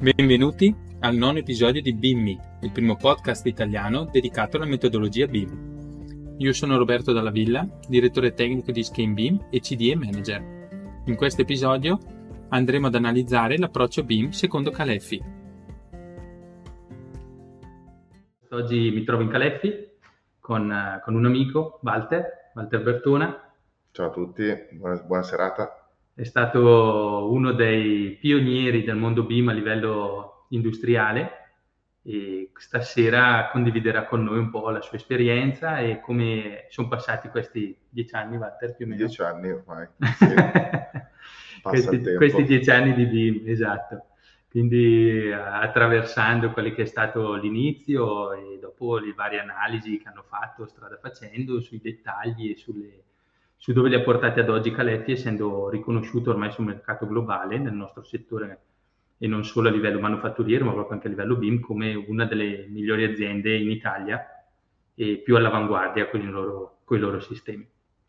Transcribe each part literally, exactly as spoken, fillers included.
Benvenuti al nono episodio di B I M M I, il primo podcast italiano dedicato alla metodologia B I M. Io sono Roberto Dalla Villa, direttore tecnico di Scale B I M e C D E Manager. In questo episodio andremo ad analizzare l'approccio B I M secondo Caleffi. Oggi mi trovo in Caleffi con, con un amico, Walter, Walter Bertona. Ciao a tutti, buona, buona serata. È stato uno dei pionieri del mondo B I M a livello industriale e stasera condividerà con noi un po' la sua esperienza e come sono passati questi dieci anni, Walter, più o meno. Dieci anni ormai, sì. Passa questi, il tempo. Questi dieci anni di B I M, esatto. Quindi eh, attraversando quelli che è stato l'inizio e dopo le varie analisi che hanno fatto strada facendo sui dettagli e sulle su dove li ha portati ad oggi Caleffi, essendo riconosciuto ormai sul mercato globale nel nostro settore e non solo a livello manufatturiero ma proprio anche a livello B I M come una delle migliori aziende in Italia e più all'avanguardia con i loro, con i loro sistemi.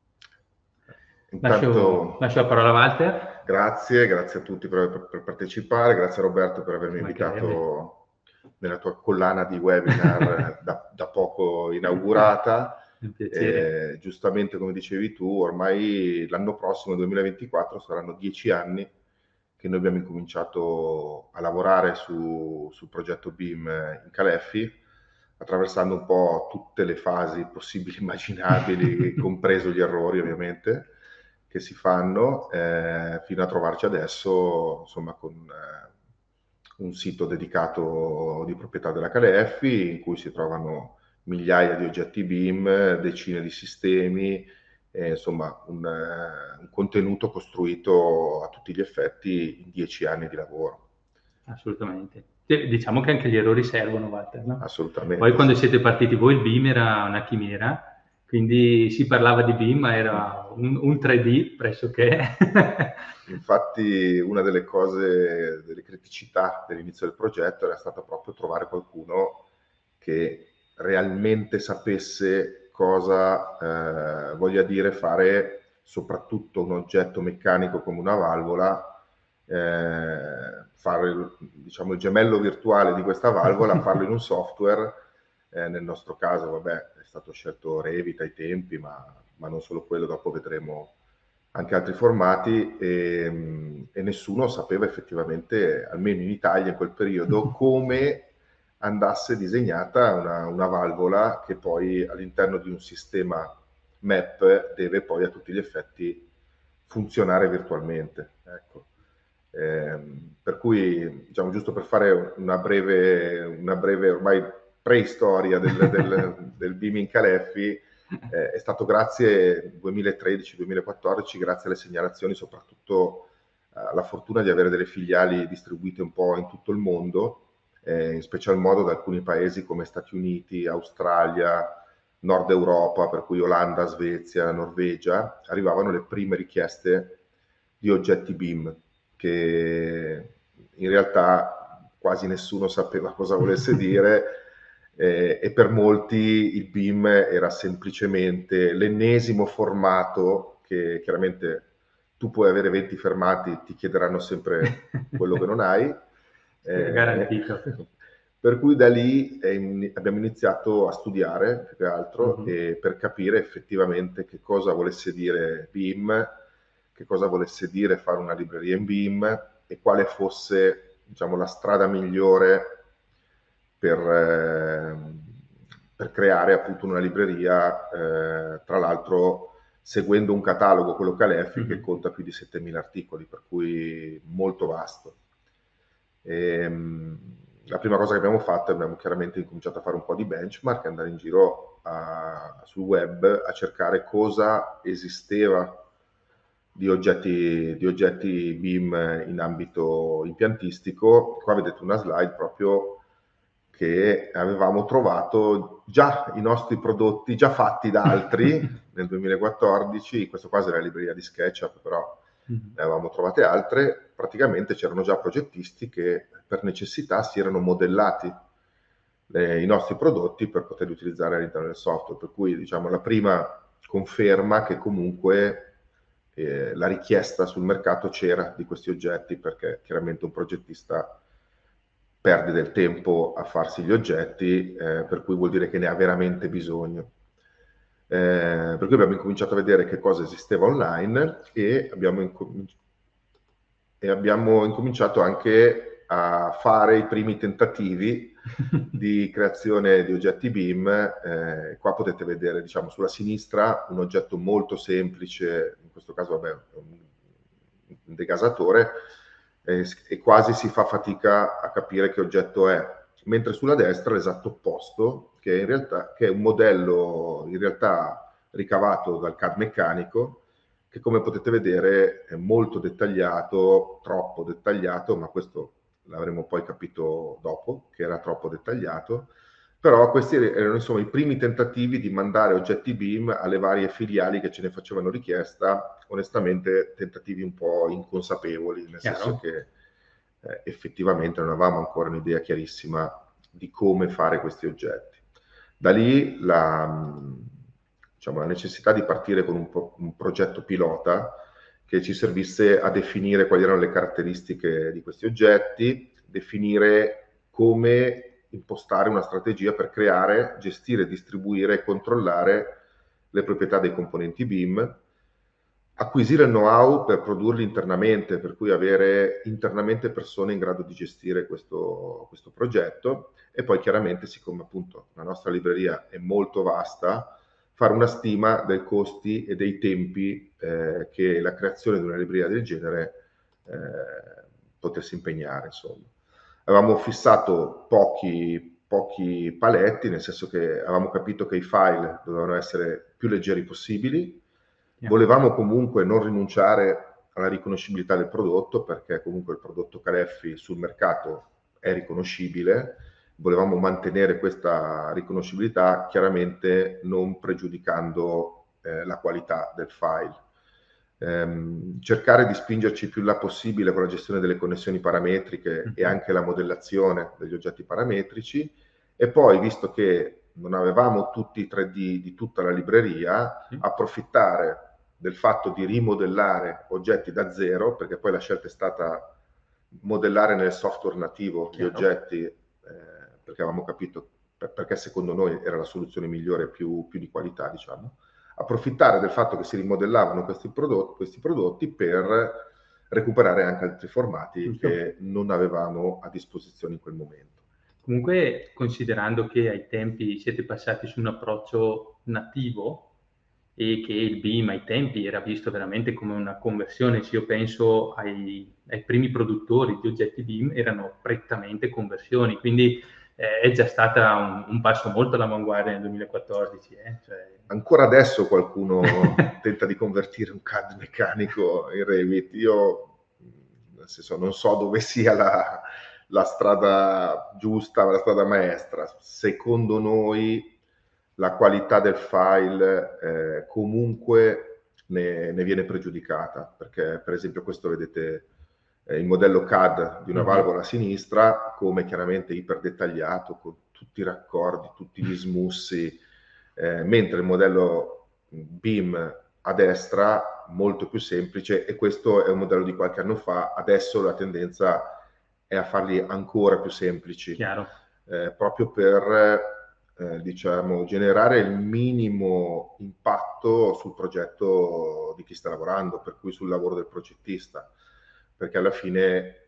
Intanto, lascio, lascio la parola a Walter. Grazie, grazie a tutti per, per, per partecipare, grazie a Roberto per avermi Mancherebbe. invitato nella tua collana di webinar da, da poco inaugurata. Un piacere. Eh, giustamente come dicevi tu, ormai l'anno prossimo, duemilaventiquattro, saranno dieci anni che noi abbiamo incominciato a lavorare su, sul progetto B I M in Caleffi, attraversando un po' tutte le fasi possibili e immaginabili, compreso gli errori ovviamente, che si fanno, eh, fino a trovarci adesso, insomma, con eh, un sito dedicato di proprietà della Caleffi, in cui si trovano migliaia di oggetti B I M, decine di sistemi, eh, insomma un, eh, un contenuto costruito a tutti gli effetti in dieci anni di lavoro. Assolutamente. Diciamo che anche gli errori servono, Walter, no? Assolutamente. Poi quando sì. siete partiti voi il B I M era una chimera, quindi si parlava di B I M ma era un, un tre D pressoché. Infatti una delle cose, delle criticità dell'inizio del progetto era stata proprio trovare qualcuno che realmente sapesse cosa eh, voglia dire fare soprattutto un oggetto meccanico come una valvola, eh, fare diciamo il gemello virtuale di questa valvola, farlo in un software. Eh, nel nostro caso, vabbè, è stato scelto Revit ai tempi, ma, ma non solo quello, dopo vedremo anche altri formati, e, e nessuno sapeva effettivamente, almeno in Italia in quel periodo, come andasse disegnata una, una valvola che poi all'interno di un sistema M E P deve poi a tutti gli effetti funzionare virtualmente. Ecco. Eh, per cui, diciamo, giusto per fare una breve, una breve ormai preistoria del, del, del B I M in Caleffi, eh, è stato grazie duemilatredici duemilaquattordici, grazie alle segnalazioni, soprattutto alla fortuna di avere delle filiali distribuite un po' in tutto il mondo, eh, in special modo da alcuni paesi come Stati Uniti, Australia, Nord Europa, per cui Olanda, Svezia, Norvegia, arrivavano le prime richieste di oggetti B I M, che in realtà quasi nessuno sapeva cosa volesse dire, eh, e per molti il B I M era semplicemente l'ennesimo formato che chiaramente tu puoi avere venti fermati, ti chiederanno sempre quello che non hai. Eh, garantito. Per cui da lì eh, abbiamo iniziato a studiare più che altro, uh-huh. e per capire effettivamente che cosa volesse dire B I M, che cosa volesse dire fare una libreria in B I M e quale fosse, diciamo, la strada migliore per, eh, per creare appunto una libreria, eh, tra l'altro seguendo un catalogo, quello Caleffi, uh-huh. che conta più di settemila articoli, per cui molto vasto. E, la prima cosa che abbiamo fatto è abbiamo chiaramente incominciato a fare un po' di benchmark, andare in giro a, sul web a cercare cosa esisteva di oggetti, di oggetti B I M in ambito impiantistico. Qua vedete una slide proprio che avevamo trovato già i nostri prodotti già fatti da altri nel duemilaquattordici, questo qua era la libreria di SketchUp, però ne avevamo trovate altre. Praticamente c'erano già progettisti che per necessità si erano modellati le, i nostri prodotti per poterli utilizzare all'interno del software, per cui diciamo la prima conferma che comunque eh, la richiesta sul mercato c'era di questi oggetti, perché chiaramente un progettista perde del tempo a farsi gli oggetti, eh, per cui vuol dire che ne ha veramente bisogno. Eh, per cui abbiamo incominciato a vedere che cosa esisteva online e abbiamo, incom- e abbiamo incominciato anche a fare i primi tentativi di creazione di oggetti B I M. Eh, qua potete vedere, diciamo, sulla sinistra un oggetto molto semplice, in questo caso vabbè, un un degasatore, eh, e quasi si fa fatica a capire che oggetto è, mentre sulla destra l'esatto opposto, che, in realtà, che è un modello in realtà ricavato dal C A D meccanico, che come potete vedere è molto dettagliato, troppo dettagliato, ma questo l'avremo poi capito dopo, che era troppo dettagliato. Però questi erano insomma i primi tentativi di mandare oggetti B I M alle varie filiali che ce ne facevano richiesta, onestamente tentativi un po' inconsapevoli, nel Chiaro? senso che eh, effettivamente non avevamo ancora un'idea chiarissima di come fare questi oggetti. Da lì la, diciamo, la necessità di partire con un, pro un progetto pilota che ci servisse a definire quali erano le caratteristiche di questi oggetti, definire come impostare una strategia per creare, gestire, distribuire e controllare le proprietà dei componenti B I M, acquisire il know-how per produrli internamente, per cui avere internamente persone in grado di gestire questo, questo progetto, e poi chiaramente, siccome appunto la nostra libreria è molto vasta, fare una stima dei costi e dei tempi eh, che la creazione di una libreria del genere eh, potesse impegnare, insomma. Avevamo fissato pochi, pochi paletti, nel senso che avevamo capito che i file dovevano essere più leggeri possibili. Volevamo comunque non rinunciare alla riconoscibilità del prodotto, perché comunque il prodotto Caleffi sul mercato è riconoscibile. Volevamo mantenere questa riconoscibilità, chiaramente non pregiudicando eh, la qualità del file. Ehm, cercare di spingerci più là possibile con la gestione delle connessioni parametriche mm-hmm. e anche la modellazione degli oggetti parametrici, e poi, visto che non avevamo tutti i tre D di tutta la libreria, mm-hmm. approfittare del fatto di rimodellare oggetti da zero, perché poi la scelta è stata modellare nel software nativo Chiaro. Gli oggetti, eh, perché avevamo capito, per, perché secondo noi era la soluzione migliore, più, più di qualità, diciamo. Approfittare del fatto che si rimodellavano questi prodotti, questi prodotti per recuperare anche altri formati Giusto. Che non avevamo a disposizione in quel momento. Comunque, considerando che ai tempi siete passati su un approccio nativo e che il B I M ai tempi era visto veramente come una conversione, se io penso ai, ai primi produttori di oggetti B I M erano prettamente conversioni, quindi eh, è già stata un, un passo molto all'avanguardia nel duemilaquattordici. Eh? Cioè... Ancora adesso qualcuno tenta di convertire un C A D meccanico in Revit. Io, nel senso, non so dove sia la, la strada giusta, la strada maestra. Secondo noi la qualità del file eh, comunque ne, ne viene pregiudicata, perché per esempio questo vedete eh, il modello C A D di una mm-hmm. valvola a sinistra, come chiaramente iperdettagliato, con tutti i raccordi, tutti gli smussi, eh, mentre il modello B I M a destra molto più semplice, e questo è un modello di qualche anno fa. Adesso la tendenza è a farli ancora più semplici, eh, proprio per eh, diciamo, generare il minimo impatto sul progetto di chi sta lavorando, per cui sul lavoro del progettista, perché alla fine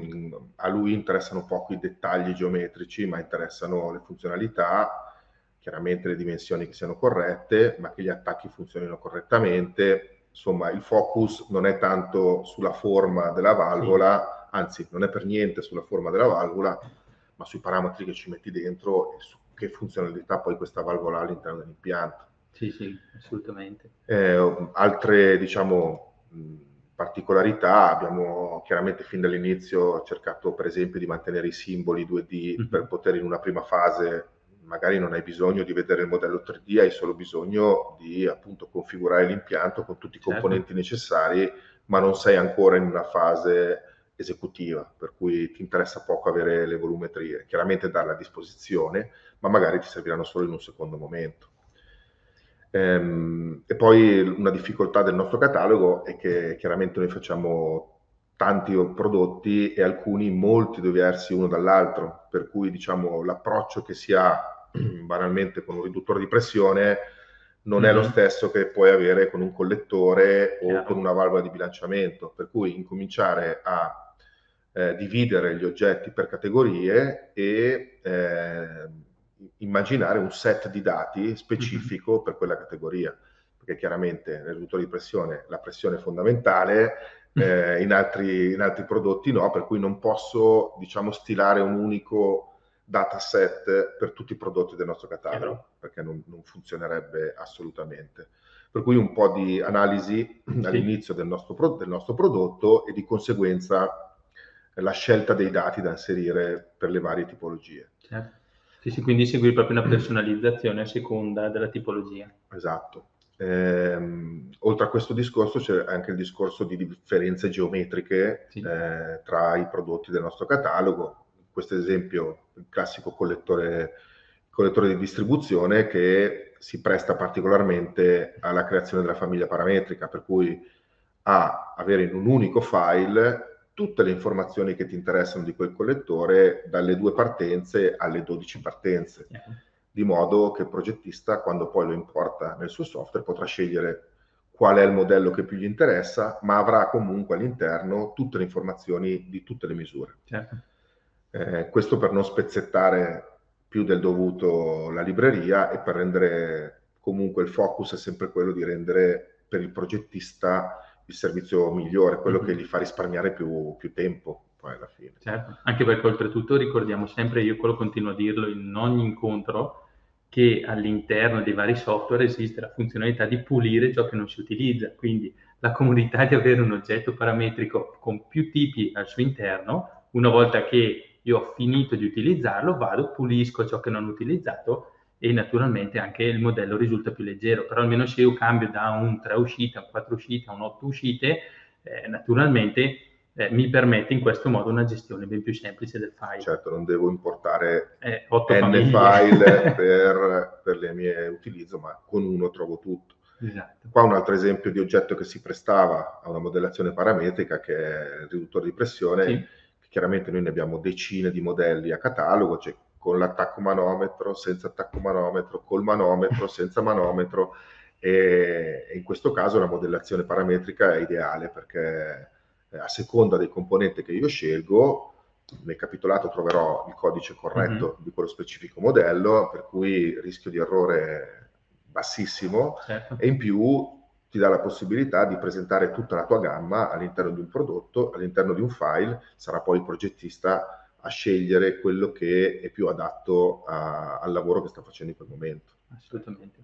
a lui interessano poco i dettagli geometrici, ma interessano le funzionalità, chiaramente le dimensioni che siano corrette, ma che gli attacchi funzionino correttamente. Insomma, il focus non è tanto sulla forma della valvola, sì. Anzi, non è per niente sulla forma della valvola, ma sui parametri che ci metti dentro e su che funzionalità poi questa valvola ha all'interno dell'impianto. Sì, sì, assolutamente. Eh, altre, diciamo, particolarità, abbiamo chiaramente fin dall'inizio cercato per esempio di mantenere i simboli due D mm-hmm. per poter in una prima fase, magari non hai bisogno di vedere il modello tre D, hai solo bisogno di appunto configurare l'impianto con tutti i certo. componenti necessari, ma non sei ancora in una fase esecutiva, per cui ti interessa poco avere le volumetrie, chiaramente darle a disposizione, ma magari ti serviranno solo in un secondo momento. Ehm, e poi una difficoltà del nostro catalogo è che chiaramente noi facciamo tanti prodotti e alcuni molto diversi uno dall'altro, per cui diciamo l'approccio che si ha banalmente con un riduttore di pressione non è lo Mhm. stesso che puoi avere con un collettore o con Chiaro. una valvola di bilanciamento, per cui incominciare a eh, dividere gli oggetti per categorie e eh, immaginare un set di dati Mhm. specifico per quella categoria, perché chiaramente nel riduttore di pressione la pressione è fondamentale, eh, in, altri, in altri prodotti no, per cui non posso, diciamo, stilare un unico dataset per tutti i prodotti del nostro catalogo, Chiaro. perché non, non funzionerebbe assolutamente. Per cui un po' di analisi Sì. all'inizio del nostro, pro- del nostro prodotto e di conseguenza la scelta dei dati da inserire per le varie tipologie. Certo. Sì, sì, quindi segui proprio una personalizzazione a seconda della tipologia. Esatto. Ehm, oltre a questo discorso c'è anche il discorso di differenze geometriche Sì. eh, tra i prodotti del nostro catalogo. Questo esempio, il classico collettore, collettore di distribuzione che si presta particolarmente alla creazione della famiglia parametrica, per cui a avere in un unico file tutte le informazioni che ti interessano di quel collettore dalle due partenze alle dodici partenze, Chiaro. di modo che il progettista, quando poi lo importa nel suo software, potrà scegliere qual è il modello che più gli interessa, ma avrà comunque all'interno tutte le informazioni di tutte le misure. Certo. Eh, questo per non spezzettare più del dovuto la libreria e per rendere comunque il focus è sempre quello di rendere per il progettista il servizio migliore, quello che Mhm. gli fa risparmiare più, più tempo poi alla fine. Certo, anche perché oltretutto ricordiamo sempre, io quello continuo a dirlo in ogni incontro, che all'interno dei vari software esiste la funzionalità di pulire ciò che non si utilizza, quindi la comodità di avere un oggetto parametrico con più tipi al suo interno, una volta che io ho finito di utilizzarlo, vado, pulisco ciò che non ho utilizzato e naturalmente anche il modello risulta più leggero, però almeno se io cambio da un tre uscite a un quattro uscite a un otto uscite, eh, naturalmente eh, mi permette in questo modo una gestione ben più semplice del file. Certo, non devo importare Eh, otto n famiglie. file per, per le mie utilizzo, ma con uno trovo tutto. Esatto. Qua un altro esempio di oggetto che si prestava a una modellazione parametrica, che è il riduttore di pressione, Sì. che chiaramente noi ne abbiamo decine di modelli a catalogo, cioè con l'attacco manometro, senza attacco manometro, col manometro, senza manometro, e in questo caso la modellazione parametrica è ideale perché a seconda dei componenti che io scelgo, nel capitolato troverò il codice corretto Mm-hmm. di quello specifico modello, per cui rischio di errore bassissimo, Certo. e in più ti dà la possibilità di presentare tutta la tua gamma all'interno di un prodotto, all'interno di un file, sarà poi il progettista a scegliere quello che è più adatto a, al lavoro che sta facendo in quel momento. Assolutamente.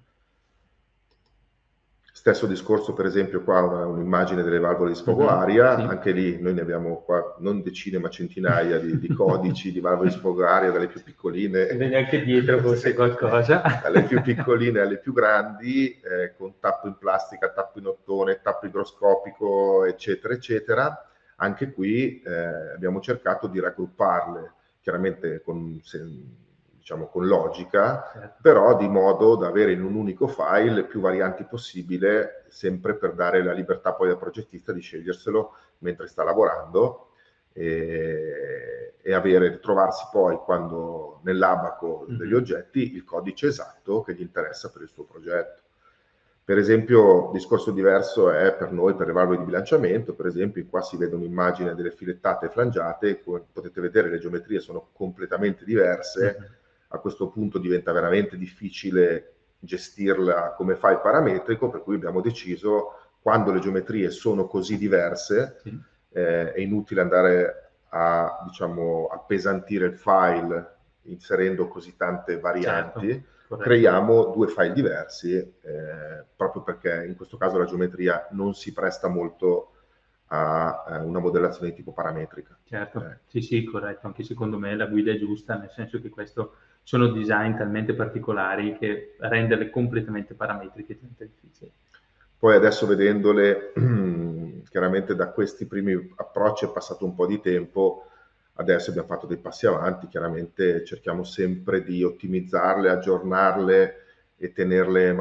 Stesso discorso, per esempio, qua una, un'immagine delle valvole di sfogo Mm-hmm. aria, Sì. anche lì noi ne abbiamo qua non decine ma centinaia di, di codici di valvole di sfogo aria, dalle più piccoline, Vedi anche dietro fosse qualcosa. dalle più piccoline alle più grandi, eh, con tappo in plastica, tappo in ottone, tappo igroscopico, eccetera, eccetera. Anche qui eh, abbiamo cercato di raggrupparle, chiaramente con, se, diciamo, con logica, Certo. però di modo da avere in un unico file più varianti possibile, sempre per dare la libertà poi al progettista di sceglierselo mentre sta lavorando e, e avere, trovarsi poi quando nell'abaco Mm-hmm. degli oggetti il codice esatto che gli interessa per il suo progetto. Per esempio, discorso diverso è per noi, per le valvole di bilanciamento, per esempio, qua si vede un'immagine delle filettate e flangiate, come potete vedere le geometrie sono completamente diverse, Mm-hmm. a questo punto diventa veramente difficile gestirla come file parametrico, per cui abbiamo deciso, quando le geometrie sono così diverse, Sì. eh, è inutile andare a, diciamo, appesantire il file inserendo così tante varianti, Certo. creiamo due file diversi, eh, proprio perché in questo caso la geometria non si presta molto a, a una modellazione di tipo parametrica. Certo, Eh. sì, sì, corretto, anche secondo me la guida è giusta, nel senso che questo sono design talmente particolari che renderle completamente parametriche diventa difficile. Poi adesso vedendole, chiaramente da questi primi approcci è passato un po' di tempo, adesso abbiamo fatto dei passi avanti, chiaramente cerchiamo sempre di ottimizzarle, aggiornarle e tenerle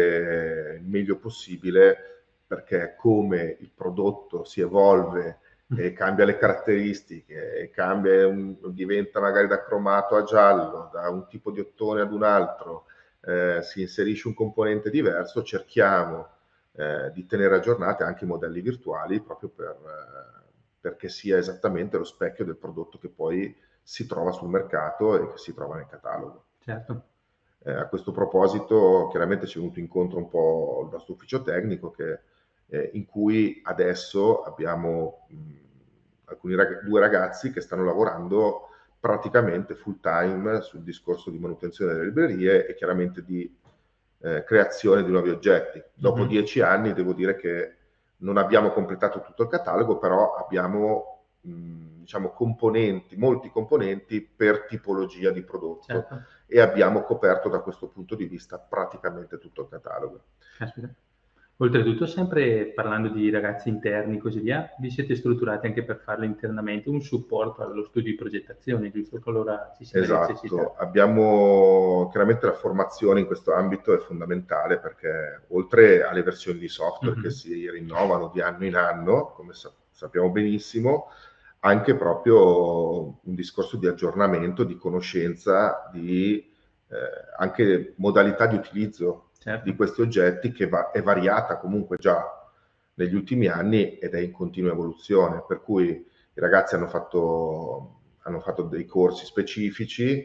manutenute il meglio possibile, perché come il prodotto si evolve e cambia le caratteristiche, e cambia, un, diventa magari da cromato a giallo, da un tipo di ottone ad un altro, eh, si inserisce un componente diverso, cerchiamo eh, di tenere aggiornati anche i modelli virtuali proprio per, eh, perché sia esattamente lo specchio del prodotto che poi si trova sul mercato e che si trova nel catalogo. Certo. Eh, a questo proposito, chiaramente ci è venuto incontro un po' il nostro ufficio tecnico, che, eh, in cui adesso abbiamo mh, alcuni rag- due ragazzi che stanno lavorando praticamente full time sul discorso di manutenzione delle librerie e chiaramente di eh, creazione di nuovi oggetti. Dopo Mhm. dieci anni devo dire che non abbiamo completato tutto il catalogo, però abbiamo mh, diciamo componenti, molti componenti per tipologia di prodotto. Certo. E abbiamo coperto da questo punto di vista praticamente tutto il catalogo. Caspita. Oltretutto, sempre parlando di ragazzi interni e così via, vi siete strutturati anche per farlo internamente un supporto allo studio di progettazione, giusto? Qualora ci sia la necessità. Esatto, abbiamo chiaramente la formazione in questo ambito è fondamentale, perché oltre alle versioni di software Mhm. che si rinnovano di anno in anno, come sa- sappiamo benissimo, anche proprio un discorso di aggiornamento, di conoscenza, di eh, anche modalità di utilizzo Certo. di questi oggetti, che va- è variata comunque già negli ultimi anni ed è in continua evoluzione, per cui i ragazzi hanno fatto, hanno fatto dei corsi specifici,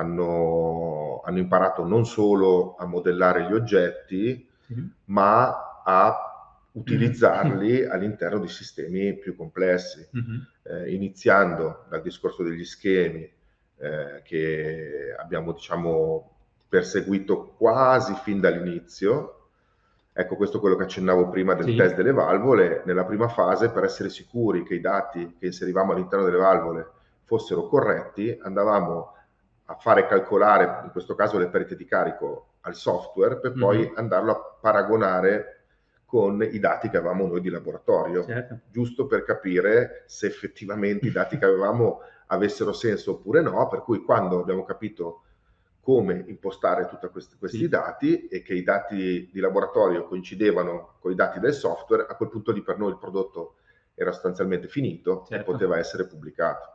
hanno, hanno imparato non solo a modellare gli oggetti, Sì. ma a utilizzarli all'interno di sistemi più complessi, Mhm. eh, iniziando dal discorso degli schemi, eh, che abbiamo, diciamo, perseguito quasi fin dall'inizio. Ecco, questo è quello che accennavo prima del Sì. test delle valvole. Nella prima fase, per essere sicuri che i dati che inserivamo all'interno delle valvole fossero corretti, andavamo a fare calcolare, in questo caso, le perdite di carico al software, per poi Mhm. andarlo a paragonare con i dati che avevamo noi di laboratorio, Certo. giusto per capire se effettivamente i dati che avevamo avessero senso oppure no, per cui quando abbiamo capito come impostare tutti questi, questi Sì. dati e che i dati di laboratorio coincidevano con i dati del software, a quel punto lì per noi il prodotto era sostanzialmente finito e Certo. poteva essere pubblicato.